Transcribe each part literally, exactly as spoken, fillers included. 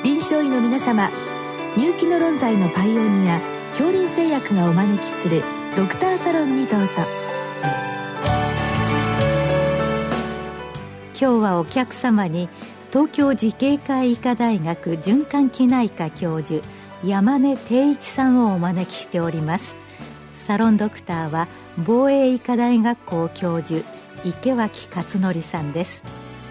臨床医の皆様、入気の論剤のパイオニア恐林製薬がお招きするドクターサロンにどうぞ。 今日はお客様に東京慈恵会医科大学循環器内科教授山根貞一さんをお招きしております。サロンドクターは防衛医科大学校教授池脇勝則さんです。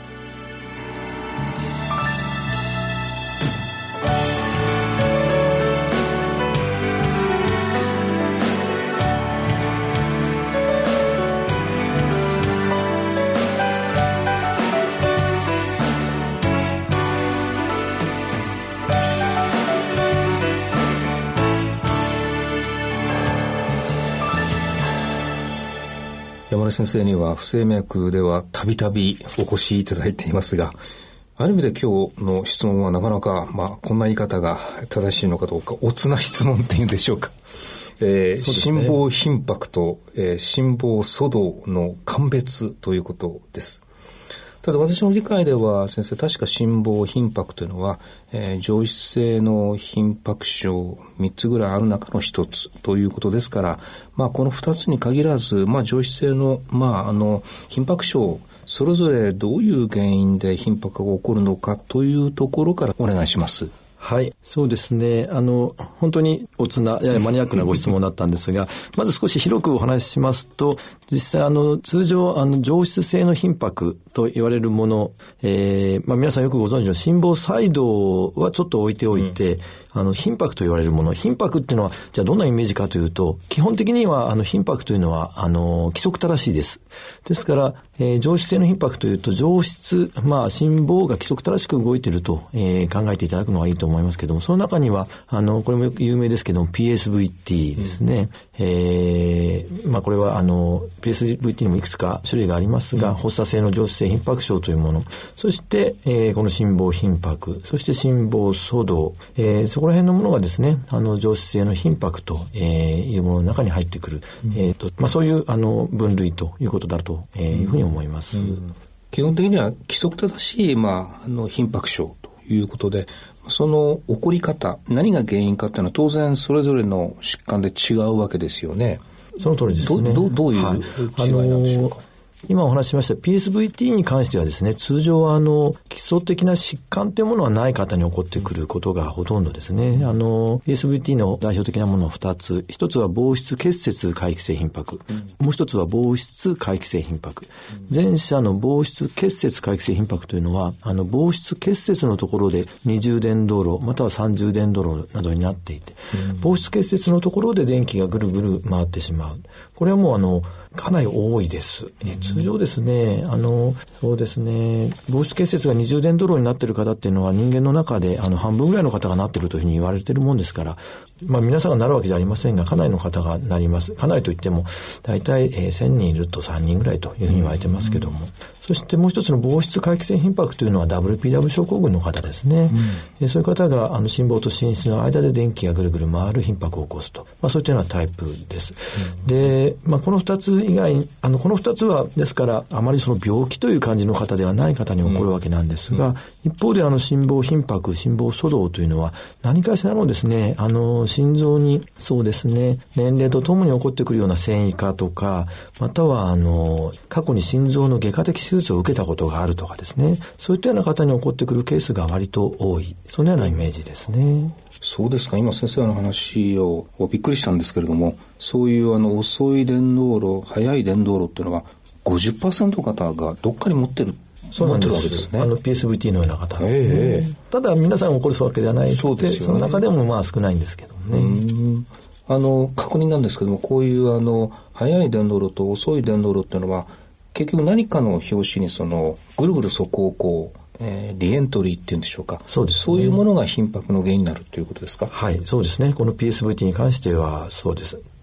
山根先生には不整脈ではたびたびお越しいただいていますが、ある意味で今日の質問はなかなか、まあ、こんな言い方が正しいのかどうか、おつな質問っていうんでしょうか。えー、心房頻拍と、えー、心房粗動の鑑別ということです。ただ私の理解では先生、確か心房頻拍というのは、えー、上質性の頻拍症みっつぐらいある中のひとつということですから、まあ、このふたつに限らず、まあ、上質性の、まあ、あの頻拍症それぞれどういう原因で頻拍が起こるのかというところからお願いします。 はい、そうですね。あの、本当におつな、ややマニアックなご質問だったんですが、まず少し広くお話ししますと、実際あの、通常、あの、上質性の頻拍と言われるもの、えー、まあ皆さんよくご存知の心房細動はちょっと置いておいて、うん、あの、頻拍と言われるもの、頻拍っていうのは、じゃあどんなイメージかというと、基本的には、あの、頻拍というのは、あの、規則正しいです。ですから、えー、上質性の頻拍というと、上質、まあ、心房が規則正しく動いていると、えー、考えていただくのがいいと思いますけども、その中には、あの、これもよく有名ですけども、ピーエスブイティー ですね。うん、えー、まあ、これは、あの、ピーエスブイティー にもいくつか種類がありますが、うん、発作性の上質性頻拍症というもの、そして、えー、この心房頻拍、そして心房粗動、えー、そこら辺のものがですね、あの、上質性の頻拍と、えー、いうものの中に入ってくる、うん、えーと、まあ、そういう、あの、分類ということだと、えー、いうふうに思います。うんうん、 基本的には規則正しい、まあ、あの、頻拍症ということで、その起こり方、何が原因かっていうのは当然それぞれの疾患で違うわけですよね。 その通りですね。 ど、ど、どういう違いなんでしょうか。はい、 今お話ししました ピーエスブイティー に関してはですね、通常はあの基礎的な疾患というものはない方に起こってくることがほとんどですね。あの ピーエスブイティー の代表的なものはふたつ。ひとつは房室結節回帰性頻拍、うん、もう一つは房室回帰性頻拍、うん、前者の房室結節回帰性頻拍というのは、あの房室結節のところでにじゅう電導路またはさんじゅう電導路などになっていて、うん、房室結節のところで電気がぐるぐる回ってしまう。これはもうあのかなり多いです。え通常ですね、あの、そうですね、房室結節がにじゅう電導路になっている方っていうのは人間の中であの半分ぐらいの方がなっているというふうに言われているもんですから、まあ皆さんがなるわけじゃありませんが、かなりの方がなります。かなりといっても、だいたい、えー、せんにんいるとさんにんぐらいというふうに言われてますけども、そしてもう一つの房室回帰性頻拍というのは ダブリューピーダブリュー 症候群の方ですね。うん、えー、そういう方があの心房と心室の間で電気がぐるぐる回る頻拍を起こすと、まあそういったようなタイプです。うん、で、まあこの二つ以外に、あのこの二つはですからあまりその病気という感じの方ではない方に起こるわけなんですが、うんうん、一方であの心房頻拍、心房粗動というのは何かしらのですね、あの心臓にそうですね、年齢とともに起こってくるような線維化とか、またはあの過去に心臓の外科的手術を受けたことがあるとかですね、そういったような方に起こってくるケースが割と多い、そのようなイメージですね。 そうですか。今先生の話をびっくりしたんですけれども、そういうあの遅い電導路、速い電導路っていうのは ごじゅっパーセント の方がどっかに持ってる。 そうなんです。 持ってるわけですね。 あの ピーエスブイティー のような方ですね。えー、ただ皆さん起こるわけではないので、そ, その中でもまあ少ないんですけどね。 うんあの確認なんですけども、こういうあの速い電導路と遅い電導路っていうのは結局何かの拍子にそのぐるぐるそこをこうえー、リエントリーっていうんでしょうか。 そうですね。 そういうものが頻拍の原因になるということですか。 はい、そうですね。この ピーエスブイティー に関してはそうです。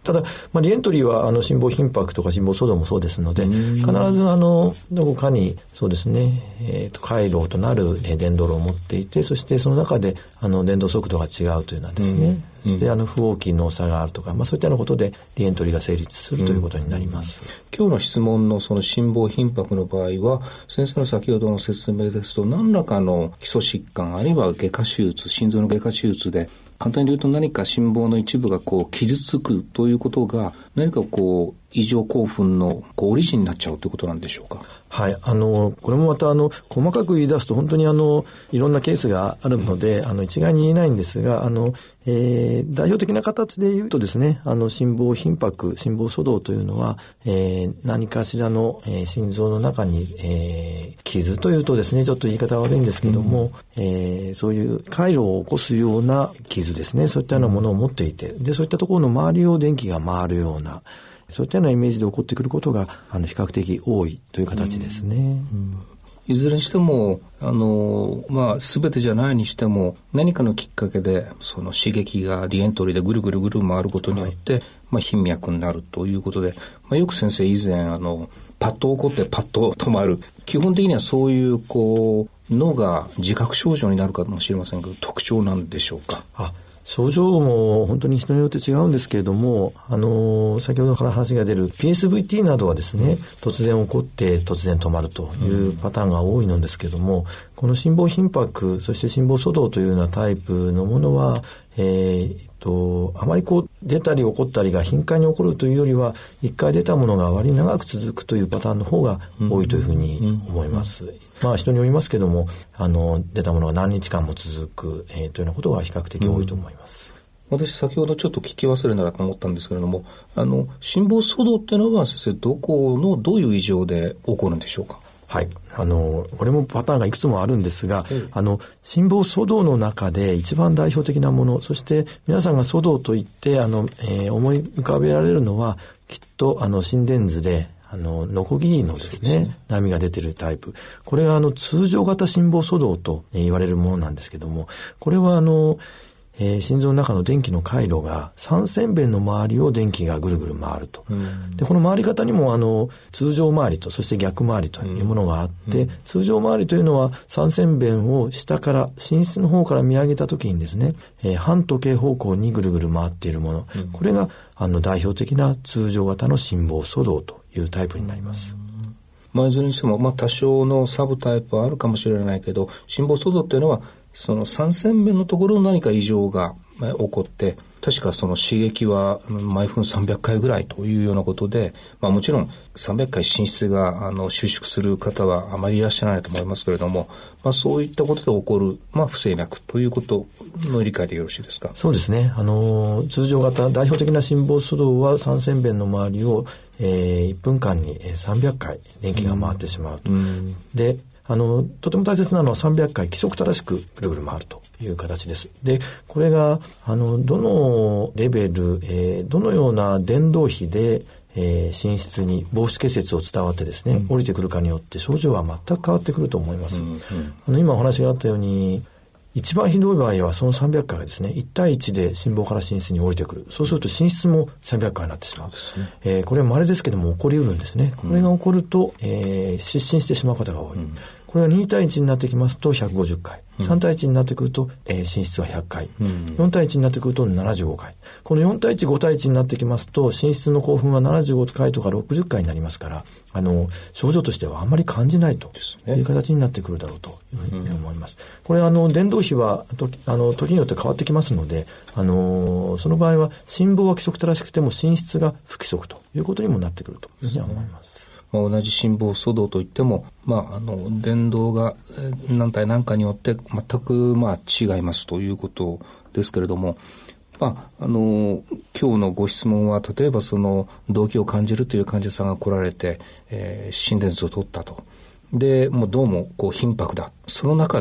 ただ、まあ、リエントリーはあの心房頻拍とか心房粗動もそうですので、必ずあのどこかにそうですね、えー、と回路となる、えー、電動路を持っていて、そしてその中であの電動速度が違うというのはですね、そしてあの不大きの差があるとか、まあ、そういったようなことでリエントリーが成立するということになります。 今日の質問のその心房頻拍の場合は、先生の先ほどの説明ですと、何らかの基礎疾患あるいは外科手術、心臓の外科手術で簡単に言うと何か心房の一部がこう傷つくということが何かこう異常興奮のこうオリジンになっちゃうということなんでしょうか。 はい、あのこれもまたあの細かく言い出すと本当にあのいろんなケースがあるので、あの一概に言えないんですが、あの、えー、代表的な形で言うとですね、あの心房頻拍、心房粗動というのは、えー、何かしらの、えー、心臓の中に、えー、傷というとですね、ちょっと言い方は悪いんですけども、うん、えー、そういう回路を起こすような傷ですね、そういったようなものを持っていて、でそういったところの周りを電気が回るような、そういったようなイメージで起こってくることがあの比較的多いという形ですね。うんうん、 いずれにしてもあの、まあ、全てじゃないにしても何かのきっかけでその刺激がリエントリーでぐるぐるぐる回ることによって、はい、まあ、頻脈になるということで、まあ、よく先生以前あのパッと起こってパッと止まる、基本的にはそういうこう脳が自覚症状になるかもしれませんけど、特徴なんでしょうか。 あ、症状も本当に人によって違うんですけれども、あの先ほどから話が出る ピーエスブイティー などはですね、突然起こって突然止まるというパターンが多いのですけれども、この心房頻拍、そして心房粗動というようなタイプのものは、えー、っとあまりこう出たり起こったりが頻繁に起こるというよりは、一回出たものが割に長く続くというパターンの方が多いというふうに思います。うんうんうん、まあ人によりますけども、あの出たものが何日間も続く、えー、というようなことが比較的多いと思います。 うん、私先ほどちょっと聞き忘れならと思ったんですけれども、あの心房粗動っていうのは先生どこのどういう異常で起こるんでしょうか。 はい、あのこれもパターンがいくつもあるんですが、うん、あの心房粗動の中で一番代表的なもの、そして皆さんが粗動といってあの、えー、思い浮かべられるのはきっとあの心電図であのノコギリのですね、ですね波が出ているタイプ、これがあの通常型心房粗動と言われるものなんですけども、これはあのえー、心臓の中の電気の回路が三線弁の周りを電気がぐるぐる回ると。でこの回り方にもあの通常回りとそして逆回りというものがあって、うん、通常回りというのは三線弁を下から寝室の方から見上げた時にですね、えー、反時計方向にぐるぐる回っているもの、うん、これがあの代表的な通常型の心房粗動というタイプになります。うん、 まあ、いずれにしても、まあ、多少のサブタイプはあるかもしれないけど、心房粗動っていうのはその三線弁のところの何か異常が起こって、確かその刺激は毎分さんびゃっかいぐらいというようなことで、まあ、もちろんさんびゃっかい心室があの収縮する方はあまりいらっしゃらないと思いますけれども、まあ、そういったことで起こる、まあ、不整脈ということの理解でよろしいですか。 そうですね、あの通常型代表的な心房粗動は三線弁の周りを、えー、いっぷんかんにさんびゃっかい電気が回ってしまうと、うん、であのとても大切なのはさんびゃっかい規則正しくぐるぐる回るという形です。でこれがあのどのレベル、えー、どのような伝導比で、えー、心室に房室結節を伝わってですね、うん、降りてくるかによって症状は全く変わってくると思います。うんうん、あの今お話があったように一番ひどい場合はそのさんびゃっかいがですねいち対いちで心房から心室に降りてくる。そうすると心室もさんびゃっかいになってしまう。ですね、えー、これは稀ですけども起こりうるんですね。これが起こると、えー、失神してしまう方が多い。うん、これがに対いちになってきますとひゃくごじゅっかい、うん、さん対いちになってくると、えー、心室はひゃっかい、うん、よん対いちになってくるとななじゅうごかい、このよん対いち、ご対いちになってきますと心室の興奮はななじゅうごかいとかろくじゅっかいになりますから、あの症状としてはあんまり感じないという形になってくるだろうというふうに思います。うん、これあの伝導比はとあの時によって変わってきますので、あのその場合は心房は規則正しくても心室が不規則ということにもなってくるというふうには思います。 まあ、同じ心房粗動といっても、まあ、あの伝導が何対何かによって全くまあ違いますということですけれども、まあ、あの今日のご質問は例えばその動悸を感じるという患者さんが来られて、えー、心電図を取ったと。でもうどうもこう頻拍だ。その中で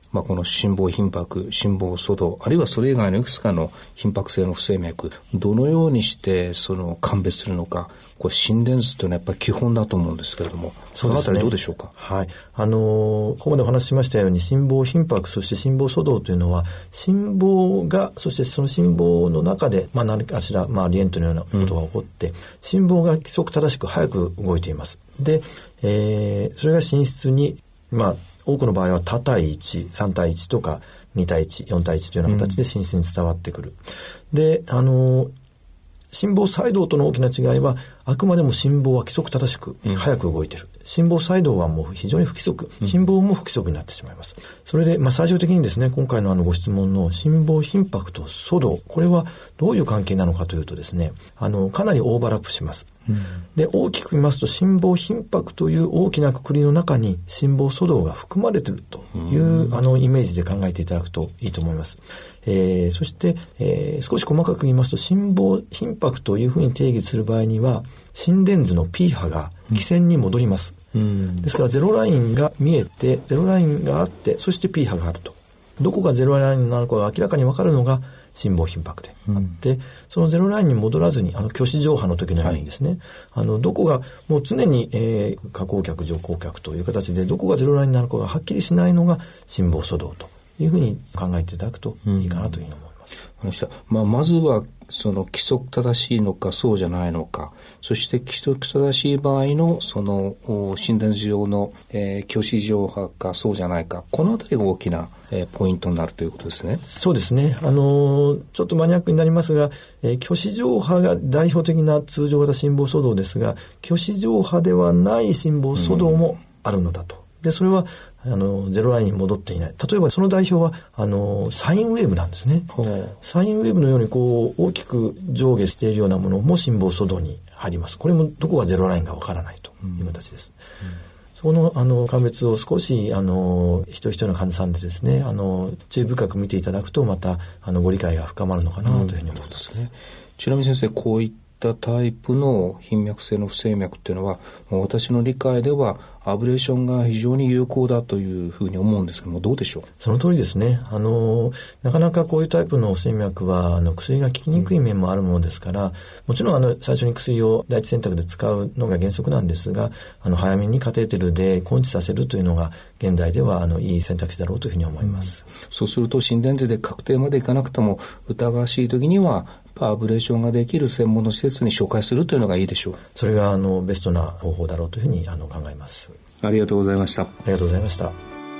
まあ、この心房頻拍、心房粗動、あるいはそれ以外のいくつかの頻拍性の不整脈、どのようにしてその鑑別するのか、これ心電図というのはやっぱり基本だと思うんですけれども、そのあたりどうでしょうか。 はい。あのー、ここまでお話ししましたように、心房頻拍、そして心房粗動というのは、心房が、そしてその心房の中で、まあ何かしら、まあリエントのようなことが起こって、うん、心房が規則正しく早く動いています。で、えー、それが心室に、まあ、多くの場合は多対いち、さん対いちとかに対いち、よん対いちというような形で心室に伝わってくる。うん、で、あのー、心房細動との大きな違いは、あくまでも心房は規則正しく早く動いている。うん、心房細動はもう非常に不規則、心房も不規則になってしまいます。それで、まあ、最終的にですね、今回のあのご質問の心房頻拍と粗動、これはどういう関係なのかというとですね、あの、かなりオーバーラップします。うん、で、大きく見ますと、心房頻拍という大きな括りの中に心房粗動が含まれているという、うん、あのイメージで考えていただくといいと思います。えー、そして、えー、少し細かく言いますと、心房頻拍というふうに定義する場合には、心電図の P 波が基線に戻ります。うん、ですからゼロラインが見えて、ゼロラインがあって、そして P 波があると。どこがゼロラインなのかが明らかに分かるのが心房頻拍であって、うん、そのゼロラインに戻らずに、あの虚子上波の時のようにですね、はい、あのどこがもう常に、えー、下降脚上降脚という形でどこがゼロラインなのかがはっきりしないのが心房粗動というふうに考えていただくといいかなというふうに思います。 うん、まあ、まずはその規則正しいのかそうじゃないのか、そして規則正しい場合のその心電図上の、えー、虚子上波かそうじゃないか、このあたりが大きな、えー、ポイントになるということですね。 そうですね。あのー、ちょっとマニアックになりますが、えー、虚子上波が代表的な通常型心房粗動ですが、虚子上波ではない心房粗動もあるのだと。うん、で、それはあのゼロラインに戻っていない。例えばその代表はあのサインウェーブなんですね。サインウェーブのようにこう大きく上下しているようなものも心房粗動に入ります。これもどこがゼロラインかわからないという形です。うんうん、そのあの鑑別を少しあの一人一人の患者さんでですね、あの注意深く見ていただくとまたあのご理解が深まるのかなというふうに思います。うん、そうですね。 ちなみに先生、こういったタイプの頻脈性の不整脈っていうのは、私の理解ではアブレーションが非常に有効だというふうに思うんですけども、どうでしょう。 その通りですね。あのなかなかこういうタイプの不整脈はあの薬が効きにくい面もあるものですから、うん、もちろんあの最初に薬を第一選択で使うのが原則なんですが、あの早めにカテーテルで根治させるというのが現代ではあのいい選択肢だろうというふうに思います。 うん、そうすると心電図で確定までいかなくても疑わしい時にはアブレーションができる専門の施設に紹介するというのがいいでしょう。 それがあのベストな方法だろうというふうにあの考えます。 ありがとうございました。ありがとうございました。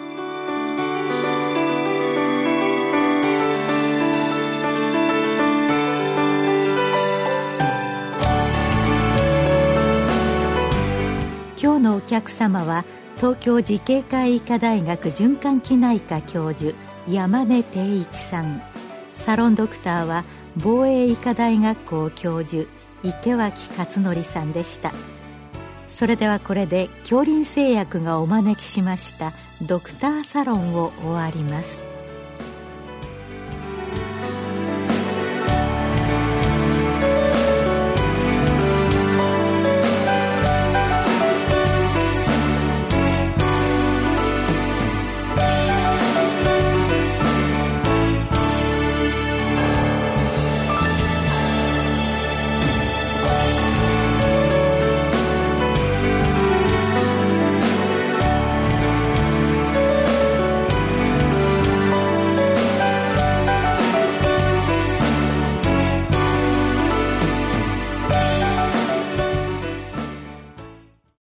今日のお客様は東京慈恵会医科大学循環器内科教授山根定一さん、サロンドクターは防衛医科大学校教授池脇勝則さんでした。それではこれで杏林製薬がお招きしましたドクターサロンを終わります。